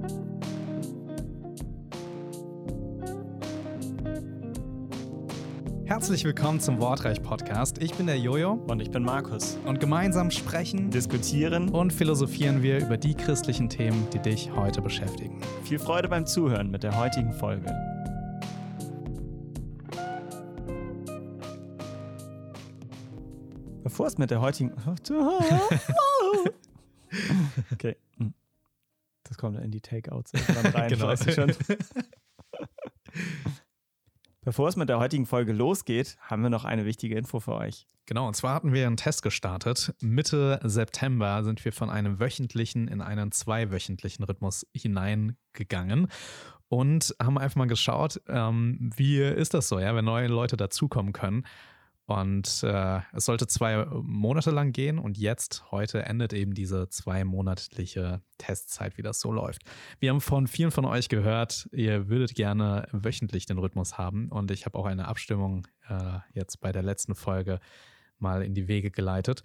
Herzlich willkommen zum Wortreich-Podcast. Ich bin der Jojo. Und ich bin Markus. Und gemeinsam sprechen, diskutieren und philosophieren wir über die christlichen Themen, die dich heute beschäftigen. Viel Freude beim Zuhören mit der heutigen Folge. Bevor es mit der heutigen... Okay. Das kommt dann in die Takeouts dann rein. Genau. Weißt du schon. Bevor es mit der heutigen Folge losgeht, haben wir noch eine wichtige Info für euch. Genau, und zwar hatten wir einen Test gestartet. Mitte September sind wir von einem wöchentlichen in einen 2-wöchentlichen Rhythmus hineingegangen und haben einfach mal geschaut, wie ist das so, ja, wenn neue Leute dazukommen können. Und es sollte 2 Monate lang gehen und heute endet eben diese 2-monatliche Testzeit, wie das so läuft. Wir haben von vielen von euch gehört, ihr würdet gerne wöchentlich den Rhythmus haben und ich habe auch eine Abstimmung jetzt bei der letzten Folge mal in die Wege geleitet.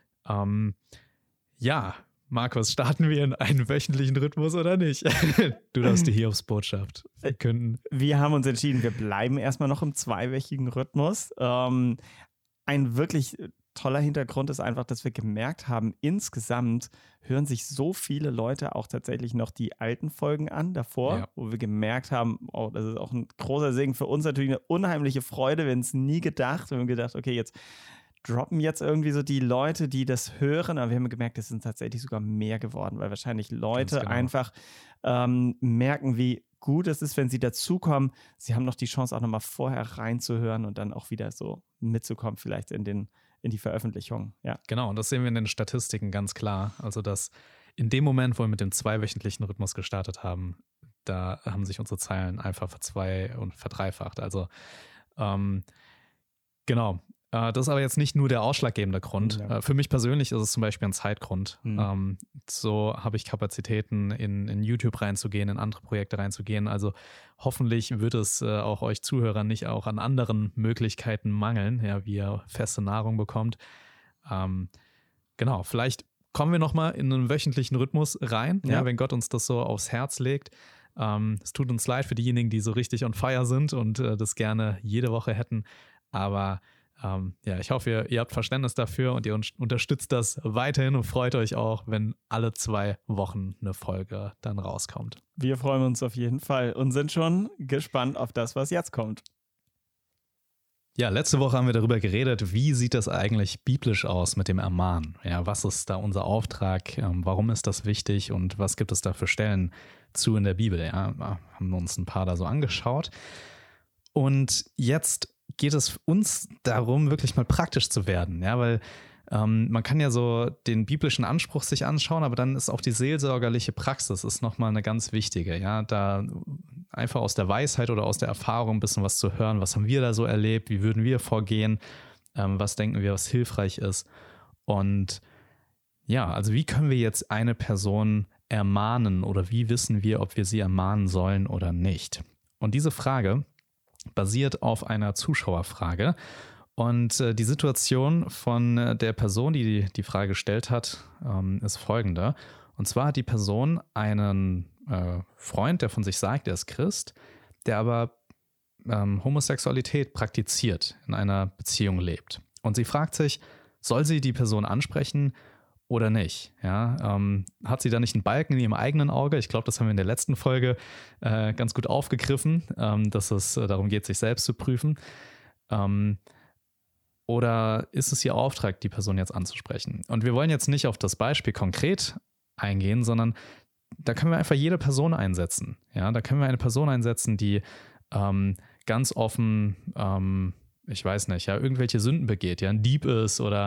Markus, starten wir in einen wöchentlichen Rhythmus oder nicht? Du darfst die Hiobsbotschaft verkünden. Wir haben uns entschieden, wir bleiben erstmal noch im 2-wöchigen Rhythmus. Ein wirklich toller Hintergrund ist einfach, dass wir gemerkt haben, insgesamt hören sich so viele Leute auch tatsächlich noch die alten Folgen an davor, wo wir gemerkt haben, oh, das ist auch ein großer Segen für uns, natürlich eine unheimliche Freude. Wir haben es nie gedacht. Wir haben gedacht, okay, jetzt droppen jetzt irgendwie so die Leute, die das hören, aber wir haben gemerkt, es sind tatsächlich sogar mehr geworden, weil wahrscheinlich Leute einfach merken, wie gut es ist, wenn sie dazukommen. Sie haben noch die Chance, auch nochmal vorher reinzuhören und dann auch wieder so mitzukommen, vielleicht in die Veröffentlichung. Ja. Genau, und das sehen wir in den Statistiken ganz klar. Also, dass in dem Moment, wo wir mit dem 2-wöchentlichen Rhythmus gestartet haben, da haben sich unsere Zahlen einfach verdreifacht. Also, genau. Das ist aber jetzt nicht nur der ausschlaggebende Grund. Ja. Für mich persönlich ist es zum Beispiel ein Zeitgrund. Mhm. So habe ich Kapazitäten, in YouTube reinzugehen, in andere Projekte reinzugehen. Also hoffentlich wird es auch euch Zuhörern nicht auch an anderen Möglichkeiten mangeln, ja, wie ihr feste Nahrung bekommt. Genau, vielleicht kommen wir nochmal in einen wöchentlichen Rhythmus rein, ja, wenn Gott uns das so aufs Herz legt. Es tut uns leid für diejenigen, die so richtig on fire sind und das gerne jede Woche hätten. Aber ich hoffe, ihr habt Verständnis dafür und ihr unterstützt das weiterhin und freut euch auch, wenn alle 2 Wochen eine Folge dann rauskommt. Wir freuen uns auf jeden Fall und sind schon gespannt auf das, was jetzt kommt. Ja, letzte Woche haben wir darüber geredet, wie sieht das eigentlich biblisch aus mit dem Ermahnen? Ja, was ist da unser Auftrag? Warum ist das wichtig und was gibt es da für Stellen zu in der Bibel? Ja, haben wir uns ein paar da so angeschaut. Und jetzt geht es uns darum, wirklich mal praktisch zu werden, ja, weil man kann ja so den biblischen Anspruch sich anschauen, aber dann ist auch die seelsorgerliche Praxis ist nochmal eine ganz wichtige, ja, da einfach aus der Weisheit oder aus der Erfahrung ein bisschen was zu hören, was haben wir da so erlebt, wie würden wir vorgehen, was denken wir, was hilfreich ist und ja, also wie können wir jetzt eine Person ermahnen oder wie wissen wir, ob wir sie ermahnen sollen oder nicht? Und diese Frage basiert auf einer Zuschauerfrage. Und die Situation von der Person, die die Frage gestellt hat, ist folgende. Und zwar hat die Person einen Freund, der von sich sagt, er ist Christ, der aber Homosexualität praktiziert, in einer Beziehung lebt. Und sie fragt sich, soll sie die Person ansprechen oder nicht? Ja, hat sie da nicht einen Balken in ihrem eigenen Auge? Ich glaube, das haben wir in der letzten Folge ganz gut aufgegriffen, dass es darum geht, sich selbst zu prüfen. Oder ist es ihr Auftrag, die Person jetzt anzusprechen? Und wir wollen jetzt nicht auf das Beispiel konkret eingehen, sondern da können wir einfach jede Person einsetzen. Ja, da können wir eine Person einsetzen, die ganz offen, ich weiß nicht, ja, irgendwelche Sünden begeht, ja, ein Dieb ist oder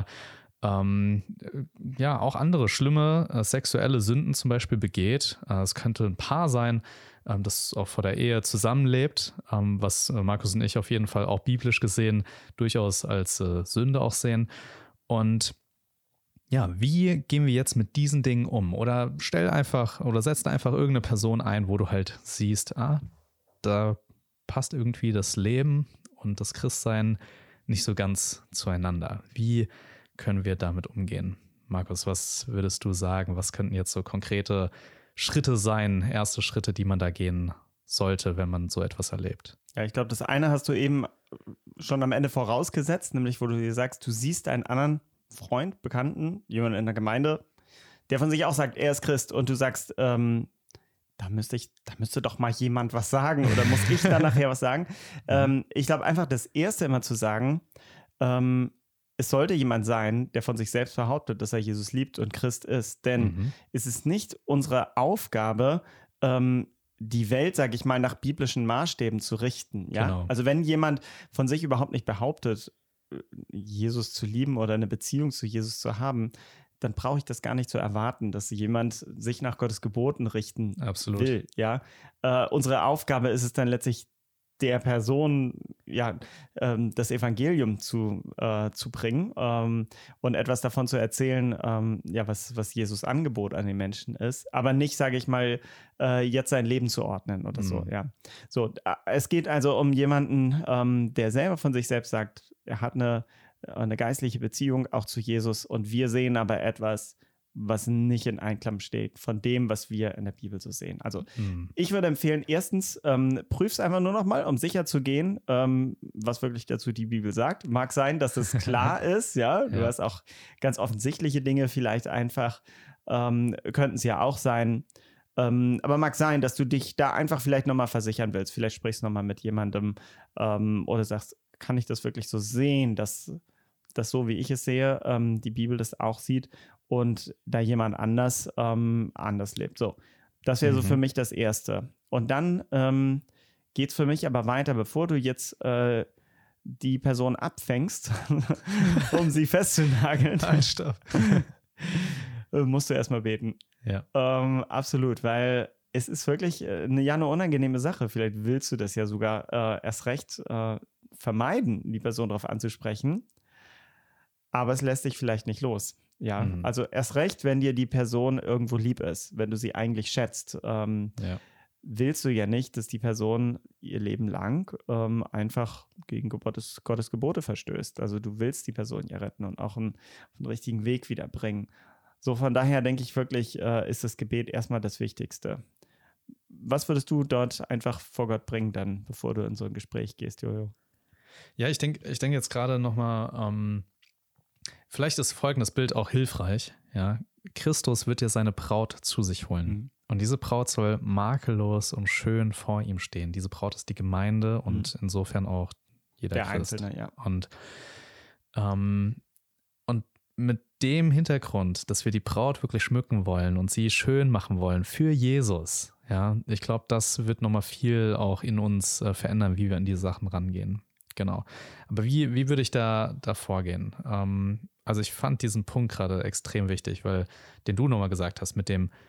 auch andere schlimme sexuelle Sünden zum Beispiel begeht. Es könnte ein Paar sein, das auch vor der Ehe zusammenlebt, was Markus und ich auf jeden Fall auch biblisch gesehen durchaus als Sünde auch sehen. Und ja, wie gehen wir jetzt mit diesen Dingen um? Oder setz da einfach irgendeine Person ein, wo du halt siehst, da passt irgendwie das Leben und das Christsein nicht so ganz zueinander. Wie können wir damit umgehen? Markus, was würdest du sagen? Was könnten jetzt so konkrete Schritte sein, erste Schritte, die man da gehen sollte, wenn man so etwas erlebt? Ja, ich glaube, das eine hast du eben schon am Ende vorausgesetzt, nämlich wo du dir sagst, du siehst einen anderen Freund, Bekannten, jemanden in der Gemeinde, der von sich auch sagt, er ist Christ und du sagst, da müsste doch mal jemand was sagen oder muss ich da nachher was sagen? Ich glaube einfach, das Erste immer zu sagen, es sollte jemand sein, der von sich selbst behauptet, dass er Jesus liebt und Christ ist. Denn es ist nicht unsere Aufgabe, die Welt, sage ich mal, nach biblischen Maßstäben zu richten. Ja? Genau. Also wenn jemand von sich überhaupt nicht behauptet, Jesus zu lieben oder eine Beziehung zu Jesus zu haben, dann brauche ich das gar nicht zu erwarten, dass jemand sich nach Gottes Geboten richten will. Ja? Unsere Aufgabe ist es dann letztlich, der Person das Evangelium zu bringen und etwas davon zu erzählen, was Jesus Angebot an den Menschen ist, aber nicht, sage ich mal, jetzt sein Leben zu ordnen oder so. Ja. So, es geht also um jemanden, der selber von sich selbst sagt, er hat eine geistliche Beziehung auch zu Jesus und wir sehen aber etwas, was nicht in Einklang steht von dem, was wir in der Bibel so sehen. Also ich würde empfehlen, erstens, prüf es einfach nur noch mal, um sicher zu gehen, was wirklich dazu die Bibel sagt. Mag sein, dass es klar ist, ja. Du hast auch ganz offensichtliche Dinge vielleicht einfach, könnten es ja auch sein. Aber mag sein, dass du dich da einfach vielleicht noch mal versichern willst. Vielleicht sprichst du noch mal mit jemandem oder sagst, kann ich das wirklich so sehen, dass das so, wie ich es sehe, die Bibel das auch sieht und da jemand anders lebt. So, das wäre so für mich das Erste. Und dann geht es für mich aber weiter, bevor du jetzt die Person abfängst, um sie festzunageln. Nein, stopp. Musst du erstmal beten. Ja. Absolut, weil es ist wirklich eine unangenehme Sache. Vielleicht willst du das ja sogar erst recht vermeiden, die Person darauf anzusprechen. Aber es lässt dich vielleicht nicht los. Ja, also erst recht, wenn dir die Person irgendwo lieb ist, wenn du sie eigentlich schätzt, willst du ja nicht, dass die Person ihr Leben lang einfach gegen Gottes Gebote verstößt. Also du willst die Person ja retten und auch auf den richtigen Weg wieder bringen. So, von daher denke ich wirklich, ist das Gebet erstmal das Wichtigste. Was würdest du dort einfach vor Gott bringen dann, bevor du in so ein Gespräch gehst, Jojo? Ja, ich denk jetzt gerade nochmal, vielleicht ist folgendes Bild auch hilfreich. Ja? Christus wird ja seine Braut zu sich holen. Und diese Braut soll makellos und schön vor ihm stehen. Diese Braut ist die Gemeinde und insofern auch jeder der Christ. Einzelne, ja. Und mit dem Hintergrund, dass wir die Braut wirklich schmücken wollen und sie schön machen wollen für Jesus, ja, ich glaube, das wird nochmal viel auch in uns verändern, wie wir an diese Sachen rangehen. Genau. Aber wie würde ich da vorgehen? Also ich fand diesen Punkt gerade extrem wichtig, weil den du nochmal gesagt hast mit dem,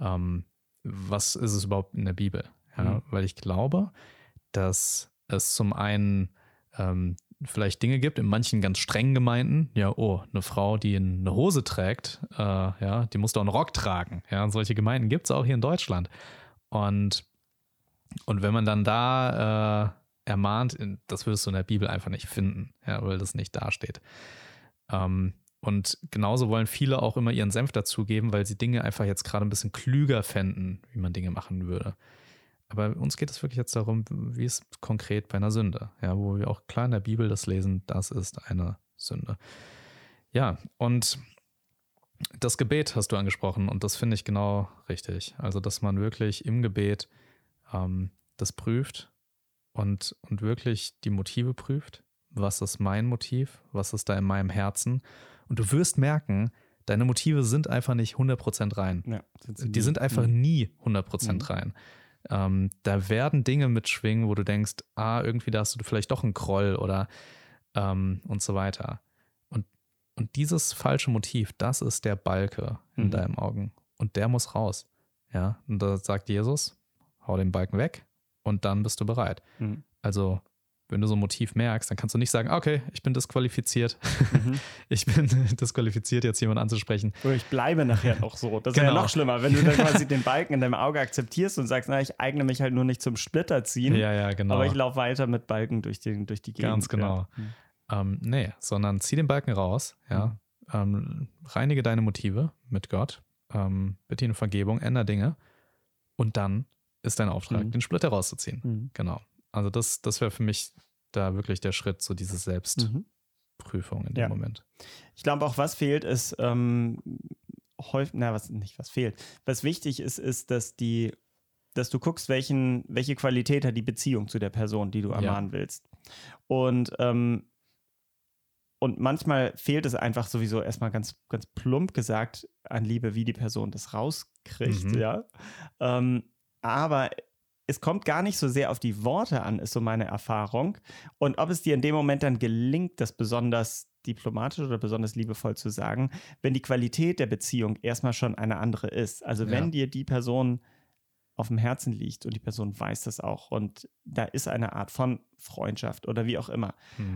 was ist es überhaupt in der Bibel? Ja, weil ich glaube, dass es zum einen vielleicht Dinge gibt in manchen ganz strengen Gemeinden, eine Frau, die eine Hose trägt, die muss doch einen Rock tragen. Ja, und solche Gemeinden gibt es auch hier in Deutschland. Und wenn man dann da ermahnt, das wirst du in der Bibel einfach nicht finden, ja, weil das nicht dasteht. Und genauso wollen viele auch immer ihren Senf dazugeben, weil sie Dinge einfach jetzt gerade ein bisschen klüger fänden, wie man Dinge machen würde. Aber uns geht es wirklich jetzt darum, wie es konkret bei einer Sünde, ja, wo wir auch klar in der Bibel das lesen, das ist eine Sünde. Ja, und das Gebet hast du angesprochen und das finde ich genau richtig. Also, dass man wirklich im Gebet das prüft und wirklich die Motive prüft. Was ist mein Motiv? Was ist da in meinem Herzen? Und du wirst merken, deine Motive sind einfach nicht 100% rein. Ja, die sind einfach nie 100% rein. Da werden Dinge mitschwingen, wo du denkst, irgendwie da hast du vielleicht doch einen Groll oder und so weiter. Und dieses falsche Motiv, das ist der Balke in deinen Augen. Und der muss raus. Ja, und da sagt Jesus, hau den Balken weg und dann bist du bereit. Also, wenn du so ein Motiv merkst, dann kannst du nicht sagen, okay, ich bin disqualifiziert. Ich bin disqualifiziert, jetzt jemanden anzusprechen. Oder ich bleibe nachher noch so. Das ist ja noch schlimmer, wenn du dann quasi den Balken in deinem Auge akzeptierst und sagst, ich eigne mich halt nur nicht zum Splitter ziehen. Ja, genau. Aber ich laufe weiter mit Balken durch die Gegend. Ganz genau. Nee, sondern zieh den Balken raus, ja. Reinige deine Motive mit Gott, bitte ihn um Vergebung, ändere Dinge Und dann ist dein Auftrag, den Splitter rauszuziehen. Genau. Also das wäre für mich da wirklich der Schritt, so diese Selbstprüfung in dem Moment. Ich glaube auch, was fehlt, ist häufig, was fehlt. Was wichtig ist, dass du guckst, welche Qualität hat die Beziehung zu der Person, die du ermahnen willst. Und manchmal fehlt es einfach sowieso erstmal ganz, ganz plump gesagt an Liebe, wie die Person das rauskriegt, ja. Aber es kommt gar nicht so sehr auf die Worte an, ist so meine Erfahrung. Und ob es dir in dem Moment dann gelingt, das besonders diplomatisch oder besonders liebevoll zu sagen, wenn die Qualität der Beziehung erstmal schon eine andere ist. Also wenn dir die Person auf dem Herzen liegt und die Person weiß das auch und da ist eine Art von Freundschaft oder wie auch immer,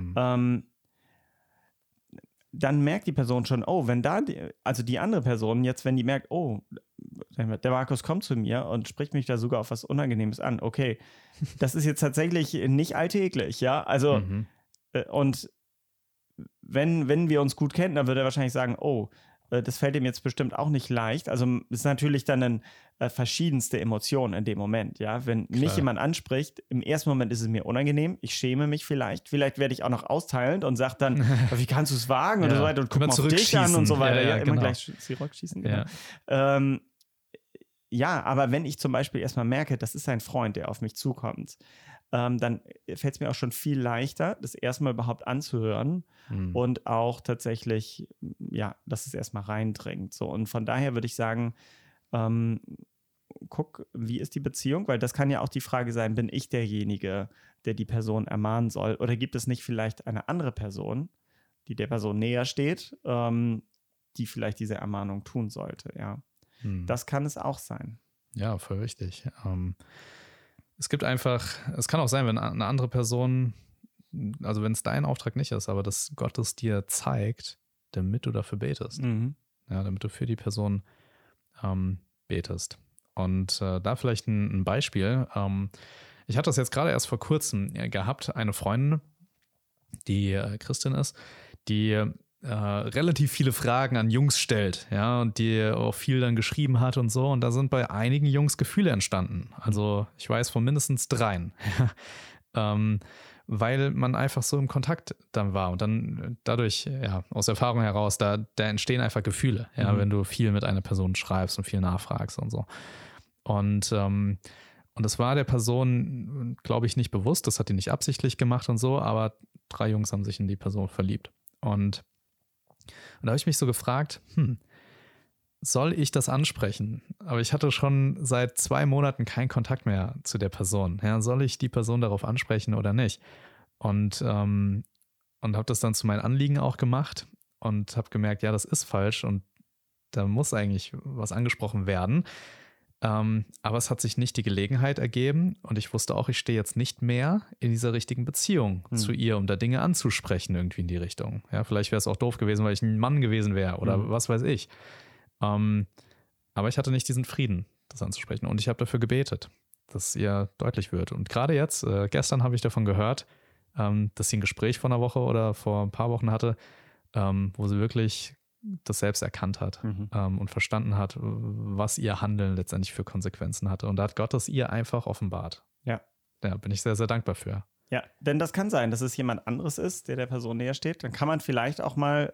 dann merkt die Person schon, oh, wenn da, also die andere Person jetzt, wenn die merkt, oh, der Markus kommt zu mir und spricht mich da sogar auf was Unangenehmes an, okay, das ist jetzt tatsächlich nicht alltäglich, ja, also und wenn wir uns gut kennen, dann würde er wahrscheinlich sagen, oh, das fällt ihm jetzt bestimmt auch nicht leicht. Also es ist natürlich dann verschiedenste Emotionen in dem Moment, ja. Wenn mich jemand anspricht, im ersten Moment ist es mir unangenehm, ich schäme mich vielleicht werde ich auch noch austeilend und sage dann, wie kannst du es wagen und so weiter und guck mal auf dich an und so weiter. Ja, immer gleich zurückschießen. Genau. Aber wenn ich zum Beispiel erstmal merke, das ist ein Freund, der auf mich zukommt, dann fällt es mir auch schon viel leichter, das erstmal überhaupt anzuhören und auch tatsächlich, dass es erstmal reindringt. So. Und von daher würde ich sagen, guck, wie ist die Beziehung? Weil das kann ja auch die Frage sein, bin ich derjenige, der die Person ermahnen soll? Oder gibt es nicht vielleicht eine andere Person, die der Person näher steht, die vielleicht diese Ermahnung tun sollte? Ja, das kann es auch sein. Ja, voll richtig. Es kann auch sein, wenn eine andere Person, also wenn es dein Auftrag nicht ist, aber dass Gott es dir zeigt, damit du dafür betest. Ja, damit du für die Person betest. Und da vielleicht ein Beispiel. Ich hatte das jetzt gerade erst vor kurzem gehabt, eine Freundin, die Christin ist, die relativ viele Fragen an Jungs stellt, ja, und die auch viel dann geschrieben hat und so. Und da sind bei einigen Jungs Gefühle entstanden. Also ich weiß von mindestens 3. Weil man einfach so im Kontakt dann war. Und dann dadurch, aus Erfahrung heraus, da entstehen einfach Gefühle, wenn du viel mit einer Person schreibst und viel nachfragst und so. Und das war der Person, glaube ich, nicht bewusst. Das hat die nicht absichtlich gemacht und so, aber 3 Jungs haben sich in die Person verliebt. Und da habe ich mich so gefragt, soll ich das ansprechen? Aber ich hatte schon seit 2 Monaten keinen Kontakt mehr zu der Person. Ja, soll ich die Person darauf ansprechen oder nicht? Und habe das dann zu meinem Anliegen auch gemacht und habe gemerkt, ja, das ist falsch und da muss eigentlich was angesprochen werden. Aber es hat sich nicht die Gelegenheit ergeben und ich wusste auch, ich stehe jetzt nicht mehr in dieser richtigen Beziehung zu ihr, um da Dinge anzusprechen irgendwie in die Richtung. Ja, vielleicht wäre es auch doof gewesen, weil ich ein Mann gewesen wäre oder was weiß ich. Aber ich hatte nicht diesen Frieden, das anzusprechen und ich habe dafür gebetet, dass ihr deutlich wird. Und gerade jetzt, gestern habe ich davon gehört, dass sie ein Gespräch vor einer Woche oder vor ein paar Wochen hatte, wo sie wirklich das selbst erkannt hat und verstanden hat, was ihr Handeln letztendlich für Konsequenzen hatte. Und da hat Gott das ihr einfach offenbart. Ja. Da bin ich sehr, sehr dankbar für. Ja, denn das kann sein, dass es jemand anderes ist, der Person näher steht. Dann kann man vielleicht auch mal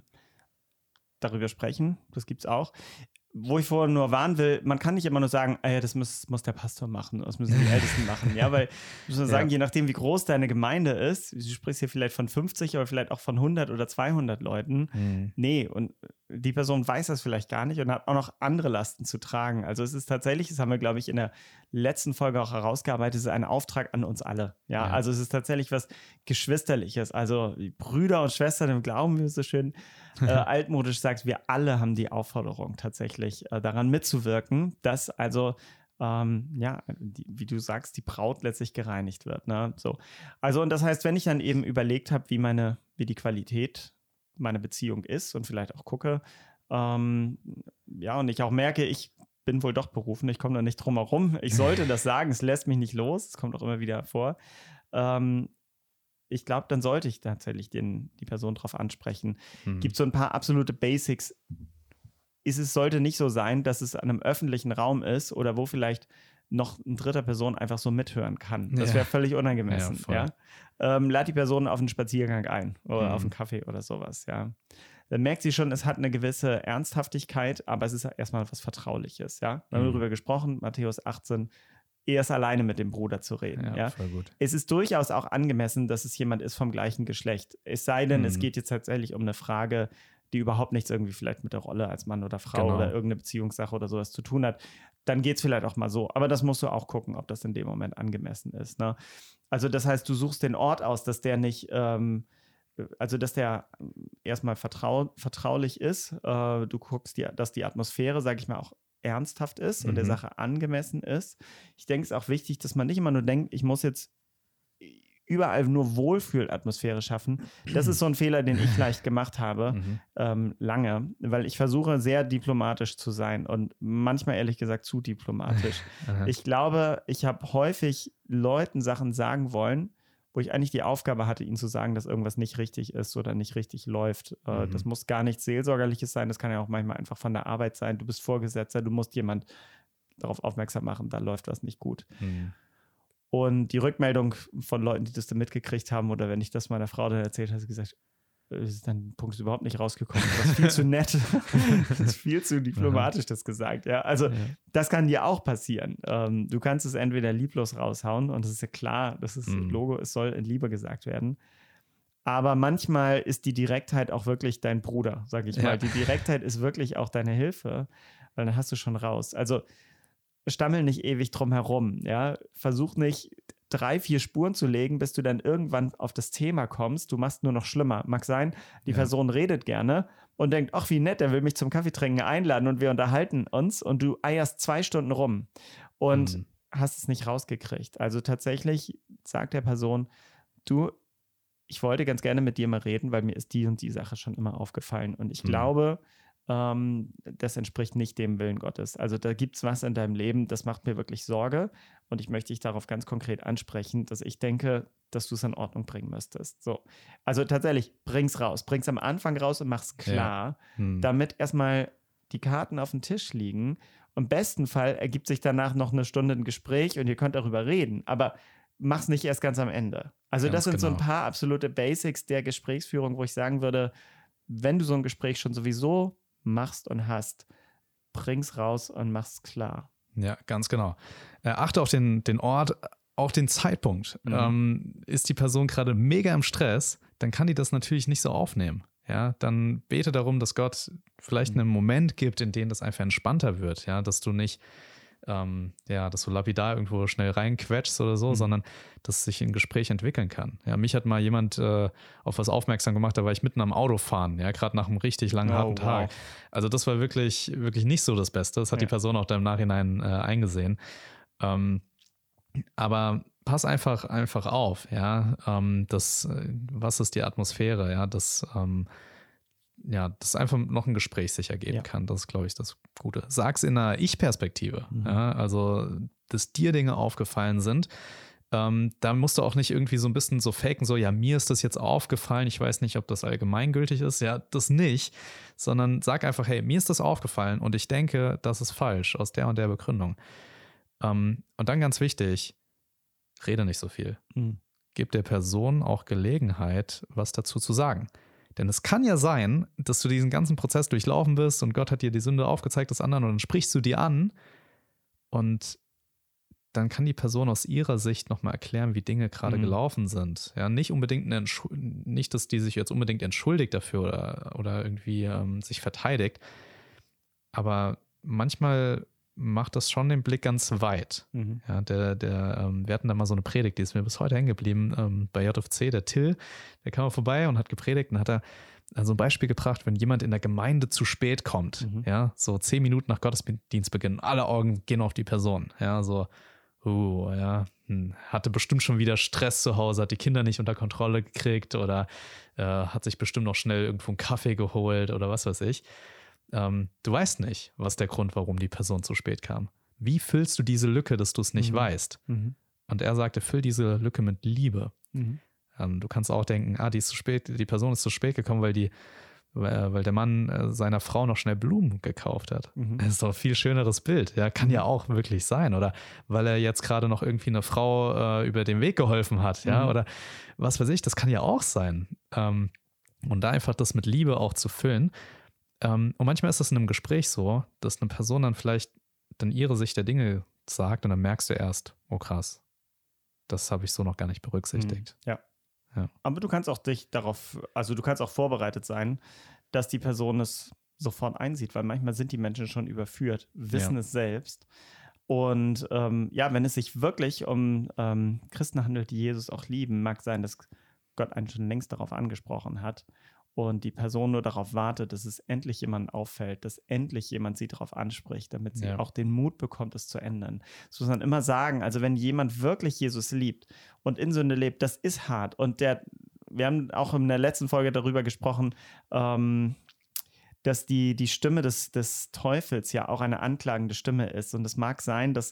darüber sprechen. Das gibt es auch. Wo ich vorher nur warnen will, man kann nicht immer nur sagen, das muss der Pastor machen, das müssen die Ältesten machen. Ja, weil, muss man sagen, je nachdem, wie groß deine Gemeinde ist, du sprichst hier vielleicht von 50 oder vielleicht auch von 100 oder 200 Leuten. Nee, und die Person weiß das vielleicht gar nicht und hat auch noch andere Lasten zu tragen. Also es ist tatsächlich, das haben wir, glaube ich, in der letzten Folge auch herausgearbeitet, es ist ein Auftrag an uns alle. Ja, also es ist tatsächlich was Geschwisterliches. Also Brüder und Schwestern im Glauben, wie es so schön altmodisch sagt, wir alle haben die Aufforderung tatsächlich daran mitzuwirken, dass also wie du sagst, die Braut letztlich gereinigt wird. Ne? So. Also und das heißt, wenn ich dann eben überlegt habe, wie die Qualität meiner Beziehung ist und vielleicht auch gucke, und ich auch merke, ich bin wohl doch berufen, ich komme da nicht drum herum, ich sollte das sagen, es lässt mich nicht los, es kommt auch immer wieder vor. Ich glaube, dann sollte ich tatsächlich die Person drauf ansprechen. Gibt so ein paar absolute Basics sollte nicht so sein, dass es an einem öffentlichen Raum ist oder wo vielleicht noch eine dritte Person einfach so mithören kann. Das wäre völlig unangemessen. Lad die Person auf einen Spaziergang ein oder auf einen Kaffee oder sowas. Ja. Dann merkt sie schon, es hat eine gewisse Ernsthaftigkeit, aber es ist erstmal was Vertrauliches. Ja. Wir haben darüber gesprochen, Matthäus 18, erst alleine mit dem Bruder zu reden. Ja. Voll gut. Es ist durchaus auch angemessen, dass es jemand ist vom gleichen Geschlecht. Es sei denn, es geht jetzt tatsächlich um eine Frage, die überhaupt nichts irgendwie vielleicht mit der Rolle als Mann oder Frau oder irgendeine Beziehungssache oder sowas zu tun hat, dann geht es vielleicht auch mal so. Aber das musst du auch gucken, ob das in dem Moment angemessen ist. Ne? Also das heißt, du suchst den Ort aus, dass der nicht, dass der erstmal vertraulich ist. Du guckst, dass die Atmosphäre, sage ich mal, auch ernsthaft ist und der Sache angemessen ist. Ich denke, es ist auch wichtig, dass man nicht immer nur denkt, ich muss jetzt überall nur Wohlfühlatmosphäre schaffen. Das ist so ein Fehler, den ich vielleicht gemacht habe, lange, weil ich versuche, sehr diplomatisch zu sein und manchmal, ehrlich gesagt, zu diplomatisch. Ich glaube, ich habe häufig Leuten Sachen sagen wollen, wo ich eigentlich die Aufgabe hatte, ihnen zu sagen, dass irgendwas nicht richtig ist oder nicht richtig läuft. Das muss gar nichts Seelsorgerliches sein, das kann ja auch manchmal einfach von der Arbeit sein. Du bist Vorgesetzter, du musst jemand darauf aufmerksam machen, da läuft was nicht gut. Und die Rückmeldung von Leuten, die das dann mitgekriegt haben, oder wenn ich das meiner Frau dann erzählt habe, sie gesagt, dann Punkt ist überhaupt nicht rausgekommen. Das ist viel zu nett. Das ist viel zu diplomatisch, das gesagt. Ja, also das kann dir auch passieren. Du kannst es entweder lieblos raushauen und es ist ja klar, das ist Logo, es soll in Liebe gesagt werden. Aber manchmal ist die Direktheit auch wirklich dein Bruder, sage ich mal. Die Direktheit ist wirklich auch deine Hilfe, weil dann hast du schon raus. Also stammel nicht ewig drum herum. Ja? Versuch nicht 3-4 Spuren zu legen, bis du dann irgendwann auf das Thema kommst. Du machst nur noch schlimmer. Mag sein, die Person redet gerne und denkt, ach wie nett, der will mich zum Kaffeetrinken einladen und wir unterhalten uns und du eierst 2 Stunden rum und hast es nicht rausgekriegt. Also tatsächlich sagt der Person, du, ich wollte ganz gerne mit dir mal reden, weil mir ist die und die Sache schon immer aufgefallen und ich glaube, das entspricht nicht dem Willen Gottes. Also da gibt es was in deinem Leben, das macht mir wirklich Sorge und ich möchte dich darauf ganz konkret ansprechen, dass ich denke, dass du es in Ordnung bringen müsstest. So. Also tatsächlich, bring's raus. Bring's am Anfang raus und mach's klar, damit erstmal die Karten auf dem Tisch liegen. Im besten Fall ergibt sich danach noch eine Stunde ein Gespräch und ihr könnt darüber reden, aber mach's nicht erst ganz am Ende. Also das sind so ein paar absolute Basics der Gesprächsführung, wo ich sagen würde, wenn du so ein Gespräch schon sowieso machst und hast, bring's raus und mach's klar. Ja, ganz genau. Achte auf den Ort, auch den Zeitpunkt. Ist die Person gerade mega im Stress, dann kann die das natürlich nicht so aufnehmen. Ja, dann bete darum, dass Gott vielleicht einen Moment gibt, in dem das einfach entspannter wird. Ja, dass du nicht dass du lapidar irgendwo schnell reinquetschst oder so, sondern dass sich ein Gespräch entwickeln kann. Ja, mich hat mal jemand auf was aufmerksam gemacht, da war ich mitten am Autofahren, ja, gerade nach einem richtig langen, harten Tag. Also das war wirklich, wirklich nicht so das Beste. Das hat die Person auch dann im Nachhinein eingesehen. Aber pass einfach auf, ja, was ist die Atmosphäre, ja, dass einfach noch ein Gespräch sich ergeben kann. Das ist, glaube ich, das Gute. Sag's in einer Ich-Perspektive. Ja, also, dass dir Dinge aufgefallen sind. Da musst du auch nicht irgendwie so ein bisschen so faken, so, ja, mir ist das jetzt aufgefallen. Ich weiß nicht, ob das allgemeingültig ist. Ja, das nicht. Sondern sag einfach, hey, mir ist das aufgefallen und ich denke, das ist falsch aus der und der Begründung. Und dann ganz wichtig, rede nicht so viel. Gib der Person auch Gelegenheit, was dazu zu sagen. Denn es kann ja sein, dass du diesen ganzen Prozess durchlaufen bist und Gott hat dir die Sünde aufgezeigt des anderen und dann sprichst du die an und dann kann die Person aus ihrer Sicht nochmal erklären, wie Dinge gerade gelaufen sind. Ja, nicht unbedingt nicht, dass die sich jetzt unbedingt entschuldigt dafür oder irgendwie sich verteidigt, aber manchmal macht das schon den Blick ganz weit. Ja, wir hatten da mal so eine Predigt, die ist mir bis heute hängen geblieben, bei JFC, der Till, der kam vorbei und hat gepredigt und hat da so ein Beispiel gebracht, wenn jemand in der Gemeinde zu spät kommt, ja, so 10 Minuten nach Gottesdienstbeginn, alle Augen gehen auf die Person, ja, so, hatte bestimmt schon wieder Stress zu Hause, hat die Kinder nicht unter Kontrolle gekriegt oder hat sich bestimmt noch schnell irgendwo einen Kaffee geholt oder was weiß ich. Du weißt nicht, was der Grund, warum die Person zu spät kam. Wie füllst du diese Lücke, dass du es nicht weißt? Und er sagte, füll diese Lücke mit Liebe. Du kannst auch denken, die Person ist zu spät gekommen, weil weil der Mann seiner Frau noch schnell Blumen gekauft hat. Das ist doch ein viel schöneres Bild. Ja, kann ja auch wirklich sein. Oder weil er jetzt gerade noch irgendwie eine Frau über den Weg geholfen hat. Ja, oder was weiß ich, das kann ja auch sein. Und da einfach das mit Liebe auch zu füllen. Und manchmal ist das in einem Gespräch so, dass eine Person dann vielleicht dann ihre Sicht der Dinge sagt und dann merkst du erst, oh krass, das habe ich so noch gar nicht berücksichtigt. Ja. Ja. Aber du kannst auch du kannst auch vorbereitet sein, dass die Person es sofort einsieht, weil manchmal sind die Menschen schon überführt, wissen es selbst. Und wenn es sich wirklich um Christen handelt, die Jesus auch lieben, mag sein, dass Gott einen schon längst darauf angesprochen hat und die Person nur darauf wartet, dass es endlich jemand auffällt, dass endlich jemand sie darauf anspricht, damit sie auch den Mut bekommt, es zu ändern. Das muss man immer sagen. Also wenn jemand wirklich Jesus liebt und in Sünde lebt, das ist hart. Und wir haben auch in der letzten Folge darüber gesprochen, dass die Stimme des Teufels ja auch eine anklagende Stimme ist. Und es mag sein, dass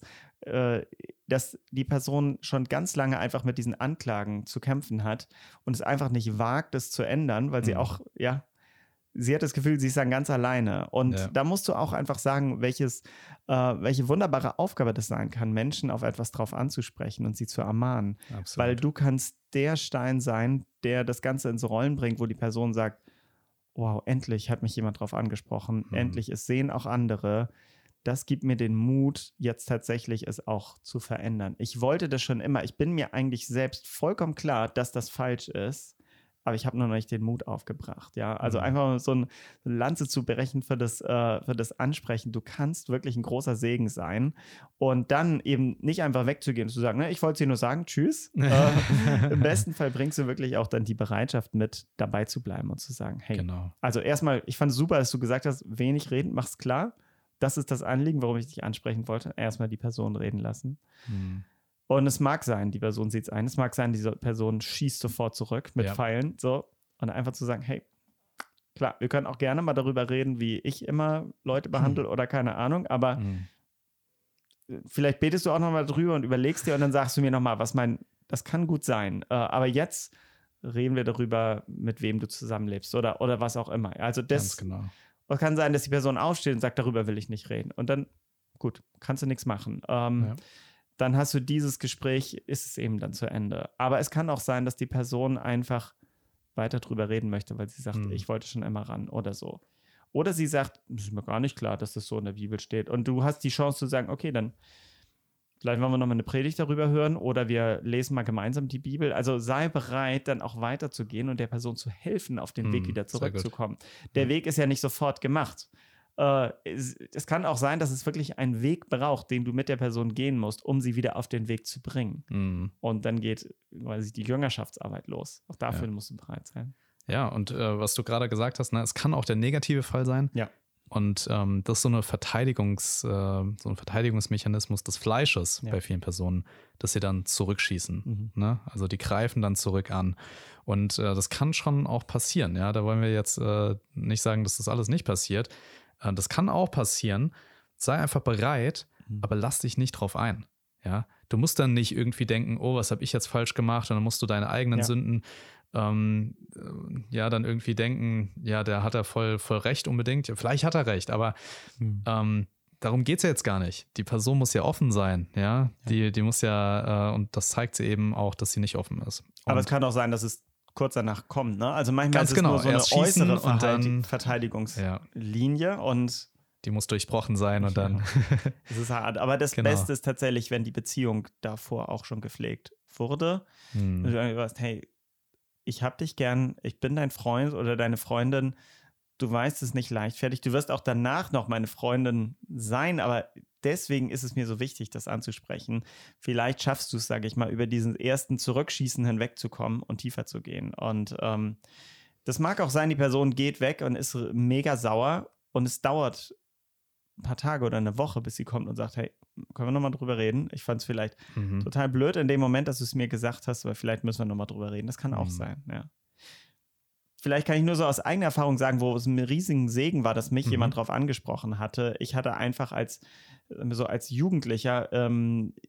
die Person schon ganz lange einfach mit diesen Anklagen zu kämpfen hat und es einfach nicht wagt, es zu ändern, weil sie auch, sie hat das Gefühl, sie ist dann ganz alleine. Und da musst du auch einfach sagen, welche wunderbare Aufgabe das sein kann, Menschen auf etwas drauf anzusprechen und sie zu ermahnen. Absolut. Weil du kannst der Stein sein, der das Ganze ins Rollen bringt, wo die Person sagt, wow, endlich hat mich jemand drauf angesprochen, endlich, es sehen auch andere. Das gibt mir den Mut, jetzt tatsächlich es auch zu verändern. Ich wollte das schon immer. Ich bin mir eigentlich selbst vollkommen klar, dass das falsch ist, aber ich habe noch nicht den Mut aufgebracht. Ja, also einfach mal so eine Lanze zu brechen für das Ansprechen. Du kannst wirklich ein großer Segen sein und dann eben nicht einfach wegzugehen und zu sagen, ne, ich wollte es dir nur sagen, tschüss. Im besten Fall bringst du wirklich auch dann die Bereitschaft mit, dabei zu bleiben und zu sagen, hey, also erstmal, ich fand es super, dass du gesagt hast, wenig reden, mach's klar. Das ist das Anliegen, warum ich dich ansprechen wollte. Erstmal die Person reden lassen. Und es mag sein, die Person sieht es ein. Es mag sein, diese Person schießt sofort zurück mit Pfeilen. So. Und einfach zu sagen, hey, klar, wir können auch gerne mal darüber reden, wie ich immer Leute behandle oder keine Ahnung. Aber vielleicht betest du auch nochmal drüber und überlegst dir und dann sagst du mir nochmal, das kann gut sein. Aber jetzt reden wir darüber, mit wem du zusammenlebst oder was auch immer. Also das... Ganz genau. Es kann sein, dass die Person aufsteht und sagt, darüber will ich nicht reden. Und dann, gut, kannst du nichts machen. Dann hast du dieses Gespräch, ist es eben dann zu Ende. Aber es kann auch sein, dass die Person einfach weiter drüber reden möchte, weil sie sagt, ich wollte schon immer ran oder so. Oder sie sagt, es ist mir gar nicht klar, dass das so in der Bibel steht. Und du hast die Chance zu sagen, okay, dann vielleicht wollen wir nochmal eine Predigt darüber hören oder wir lesen mal gemeinsam die Bibel. Also sei bereit, dann auch weiterzugehen und der Person zu helfen, auf den Weg wieder zurückzukommen. Der Weg ist ja nicht sofort gemacht. Es kann auch sein, dass es wirklich einen Weg braucht, den du mit der Person gehen musst, um sie wieder auf den Weg zu bringen. Und dann geht quasi die Jüngerschaftsarbeit los. Auch dafür musst du bereit sein. Ja, und was du gerade gesagt hast, es kann auch der negative Fall sein. Ja. Und das ist so ein Verteidigungsmechanismus des Fleisches bei vielen Personen, dass sie dann zurückschießen. Ne? Also die greifen dann zurück an. Und das kann schon auch passieren. Ja? Da wollen wir jetzt nicht sagen, dass das alles nicht passiert. Das kann auch passieren. Sei einfach bereit, aber lass dich nicht drauf ein. Ja? Du musst dann nicht irgendwie denken, oh, was habe ich jetzt falsch gemacht? Und dann musst du deine eigenen Sünden dann irgendwie denken, ja, der hat voll recht unbedingt. Ja, vielleicht hat er recht, aber darum geht es ja jetzt gar nicht. Die Person muss ja offen sein, ja. Die muss ja, und das zeigt sie eben auch, dass sie nicht offen ist. Aber es kann auch sein, dass es kurz danach kommt, ne? Also manchmal ist es nur so eine äußere Verteidigungslinie und die muss durchbrochen sein und dann. Es ist hart. Aber das Beste ist tatsächlich, wenn die Beziehung davor auch schon gepflegt wurde. Und du weißt, hey, ich hab dich gern, ich bin dein Freund oder deine Freundin, du weißt es nicht leichtfertig, du wirst auch danach noch meine Freundin sein, aber deswegen ist es mir so wichtig, das anzusprechen. Vielleicht schaffst du es, sage ich mal, über diesen ersten Zurückschießen hinwegzukommen und tiefer zu gehen. Und das mag auch sein, die Person geht weg und ist mega sauer und es dauert ein paar Tage oder eine Woche, bis sie kommt und sagt, hey, können wir nochmal drüber reden? Ich fand es vielleicht total blöd in dem Moment, dass du es mir gesagt hast, aber vielleicht müssen wir nochmal drüber reden. Das kann auch sein, ja. Vielleicht kann ich nur so aus eigener Erfahrung sagen, wo es ein riesigen Segen war, dass mich jemand drauf angesprochen hatte. Ich hatte einfach als Jugendlicher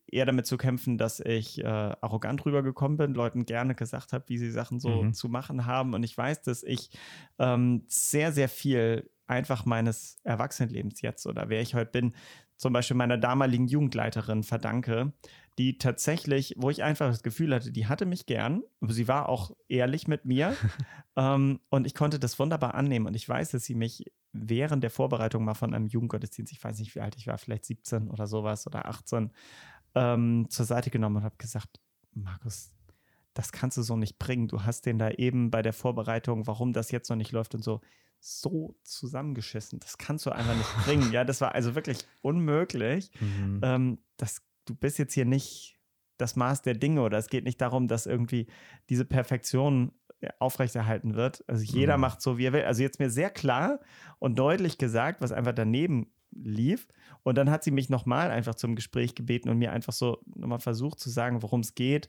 eher damit zu kämpfen, dass ich arrogant rübergekommen bin, Leuten gerne gesagt habe, wie sie Sachen so zu machen haben. Und ich weiß, dass ich sehr, sehr viel einfach meines Erwachsenenlebens jetzt oder wer ich heute bin, zum Beispiel meiner damaligen Jugendleiterin verdanke, die tatsächlich, wo ich einfach das Gefühl hatte, die hatte mich gern, aber sie war auch ehrlich mit mir und ich konnte das wunderbar annehmen. Und ich weiß, dass sie mich während der Vorbereitung mal von einem Jugendgottesdienst, ich weiß nicht, wie alt ich war, vielleicht 17 oder sowas oder 18, zur Seite genommen und habe gesagt, Markus, das kannst du so nicht bringen. Du hast den da eben bei der Vorbereitung, warum das jetzt noch nicht läuft und so zusammengeschissen. Das kannst du einfach nicht bringen. Ja, das war also wirklich unmöglich. Du bist jetzt hier nicht das Maß der Dinge oder es geht nicht darum, dass irgendwie diese Perfektion aufrechterhalten wird. Also jeder macht so, wie er will. Also jetzt mir sehr klar und deutlich gesagt, was einfach daneben lief. Und dann hat sie mich nochmal einfach zum Gespräch gebeten und mir einfach so nochmal versucht zu sagen, worum es geht.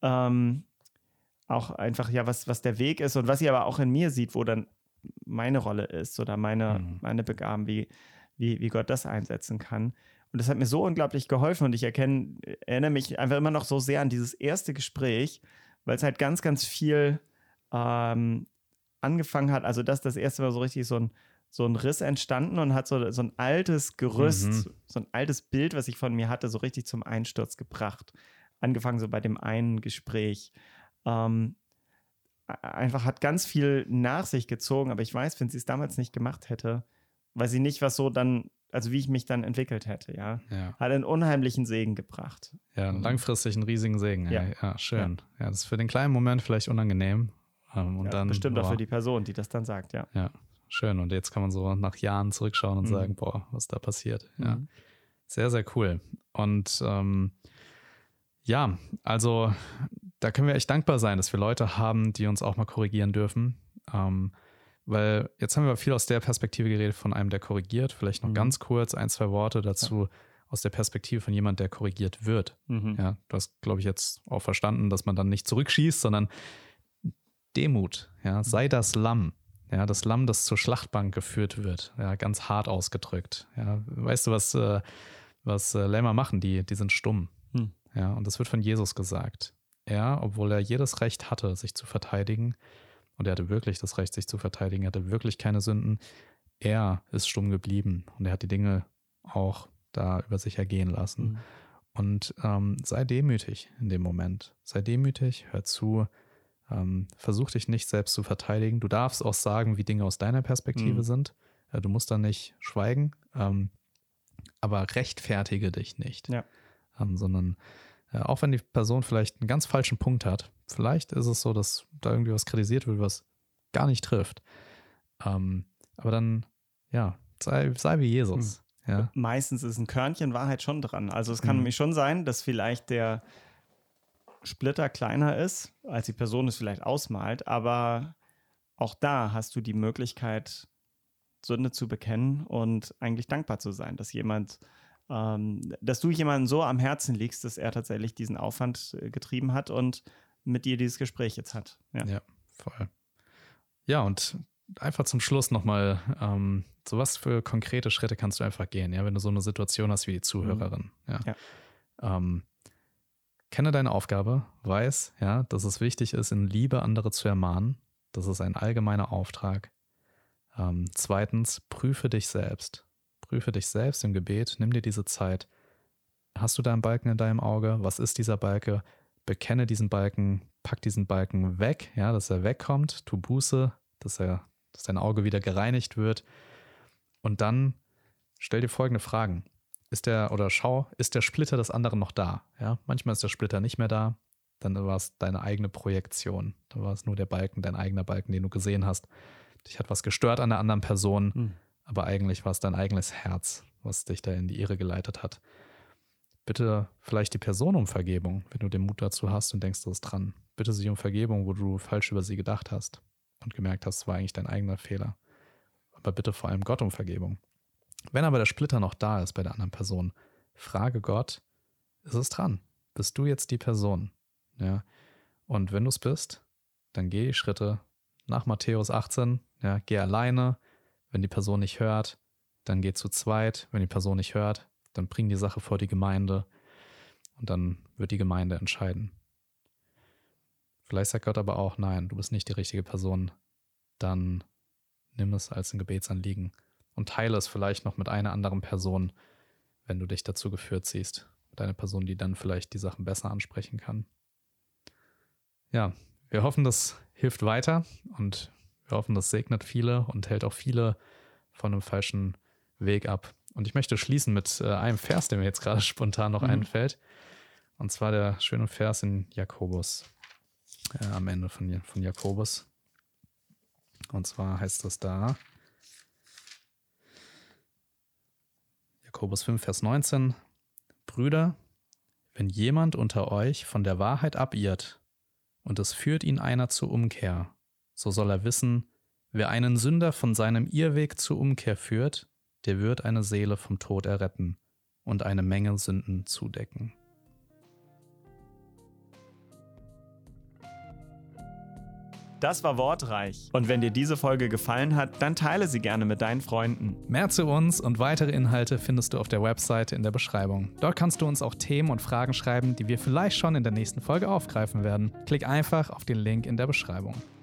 Auch einfach, ja, was der Weg ist und was sie aber auch in mir sieht, wo dann meine Rolle ist oder meine Begaben, wie Gott das einsetzen kann. Und das hat mir so unglaublich geholfen und ich erinnere mich einfach immer noch so sehr an dieses erste Gespräch, weil es halt ganz, ganz viel angefangen hat. Also das erste Mal so richtig so ein Riss entstanden und hat so ein altes Gerüst, so ein altes Bild, was ich von mir hatte, so richtig zum Einsturz gebracht. Angefangen so bei dem einen Gespräch. Einfach hat ganz viel nach sich gezogen, aber ich weiß, wenn sie es damals nicht gemacht hätte, weiß ich nicht, was so dann, also wie ich mich dann entwickelt hätte, ja. Hat einen unheimlichen Segen gebracht. Ja, langfristig einen riesigen Segen. Ja, schön. Ja, das ist für den kleinen Moment vielleicht unangenehm. Und dann, bestimmt auch für die Person, die das dann sagt, ja. Ja, schön. Und jetzt kann man so nach Jahren zurückschauen und sagen, boah, was da passiert. Ja, sehr, sehr cool. Und ja, also da können wir echt dankbar sein, dass wir Leute haben, die uns auch mal korrigieren dürfen. Weil jetzt haben wir viel aus der Perspektive geredet von einem, der korrigiert. Vielleicht noch ganz kurz 1, 2 Worte dazu aus der Perspektive von jemand, der korrigiert wird. Ja, du hast, glaube ich, jetzt auch verstanden, dass man dann nicht zurückschießt, sondern Demut. Ja, sei das Lamm. Ja, das Lamm, das zur Schlachtbank geführt wird. Ja, ganz hart ausgedrückt. Ja, weißt du, was Lämmer machen? Die sind stumm. Ja, und das wird von Jesus gesagt. Er, obwohl er jedes Recht hatte, sich zu verteidigen, und er hatte wirklich das Recht, sich zu verteidigen, er hatte wirklich keine Sünden, er ist stumm geblieben und er hat die Dinge auch da über sich ergehen lassen. Und sei demütig in dem Moment. Sei demütig, hör zu, versuch dich nicht selbst zu verteidigen. Du darfst auch sagen, wie Dinge aus deiner Perspektive sind. Du musst dann nicht schweigen, aber rechtfertige dich nicht. Ja. Sondern auch wenn die Person vielleicht einen ganz falschen Punkt hat, vielleicht ist es so, dass da irgendwie was kritisiert wird, was gar nicht trifft. Aber dann, ja, sei wie Jesus. Ja. Meistens ist ein Körnchen Wahrheit schon dran. Also es kann nämlich schon sein, dass vielleicht der Splitter kleiner ist, als die Person es vielleicht ausmalt, aber auch da hast du die Möglichkeit, Sünde zu bekennen und eigentlich dankbar zu sein, dass dass du jemanden so am Herzen liegst, dass er tatsächlich diesen Aufwand getrieben hat und mit dir dieses Gespräch jetzt hat. Ja, voll. Ja, und einfach zum Schluss nochmal, so was für konkrete Schritte kannst du einfach gehen, ja, wenn du so eine Situation hast wie die Zuhörerin. Kenne deine Aufgabe, weiß, ja, dass es wichtig ist, in Liebe andere zu ermahnen. Das ist ein allgemeiner Auftrag. 2. Prüfe dich selbst. Prüfe dich selbst im Gebet, nimm dir diese Zeit. Hast du da einen Balken in deinem Auge? Was ist dieser Balken? Bekenne diesen Balken, pack diesen Balken weg, ja, dass er wegkommt, tu Buße, dass dein Auge wieder gereinigt wird. Und dann stell dir folgende Fragen. Ist der Splitter des anderen noch da? Ja, manchmal ist der Splitter nicht mehr da, dann war es deine eigene Projektion. Dann war es nur der Balken, dein eigener Balken, den du gesehen hast. Dich hat was gestört an der anderen Person, aber eigentlich war es dein eigenes Herz, was dich da in die Irre geleitet hat. Bitte vielleicht die Person um Vergebung, wenn du den Mut dazu hast und denkst, du bist dran. Bitte sie um Vergebung, wo du falsch über sie gedacht hast und gemerkt hast, es war eigentlich dein eigener Fehler. Aber bitte vor allem Gott um Vergebung. Wenn aber der Splitter noch da ist bei der anderen Person, frage Gott, ist es dran? Bist du jetzt die Person? Ja. Und wenn du es bist, dann geh die Schritte nach Matthäus 18, ja, geh alleine. Wenn die Person nicht hört, dann geh zu zweit. Wenn die Person nicht hört, dann bring die Sache vor die Gemeinde. Und dann wird die Gemeinde entscheiden. Vielleicht sagt Gott aber auch, nein, du bist nicht die richtige Person. Dann nimm es als ein Gebetsanliegen und teile es vielleicht noch mit einer anderen Person, wenn du dich dazu geführt siehst. Mit einer Person, die dann vielleicht die Sachen besser ansprechen kann. Ja, wir hoffen, das hilft weiter und wir hoffen, das segnet viele und hält auch viele von einem falschen Weg ab. Und ich möchte schließen mit einem Vers, der mir jetzt gerade spontan noch einfällt. Und zwar der schöne Vers in Jakobus, am Ende von Jakobus. Und zwar heißt es da, Jakobus 5, Vers 19, Brüder, wenn jemand unter euch von der Wahrheit abirrt und es führt ihn einer zur Umkehr, so soll er wissen, wer einen Sünder von seinem Irrweg zur Umkehr führt, der wird eine Seele vom Tod erretten und eine Menge Sünden zudecken. Das war Wortreich. Und wenn dir diese Folge gefallen hat, dann teile sie gerne mit deinen Freunden. Mehr zu uns und weitere Inhalte findest du auf der Webseite in der Beschreibung. Dort kannst du uns auch Themen und Fragen schreiben, die wir vielleicht schon in der nächsten Folge aufgreifen werden. Klick einfach auf den Link in der Beschreibung.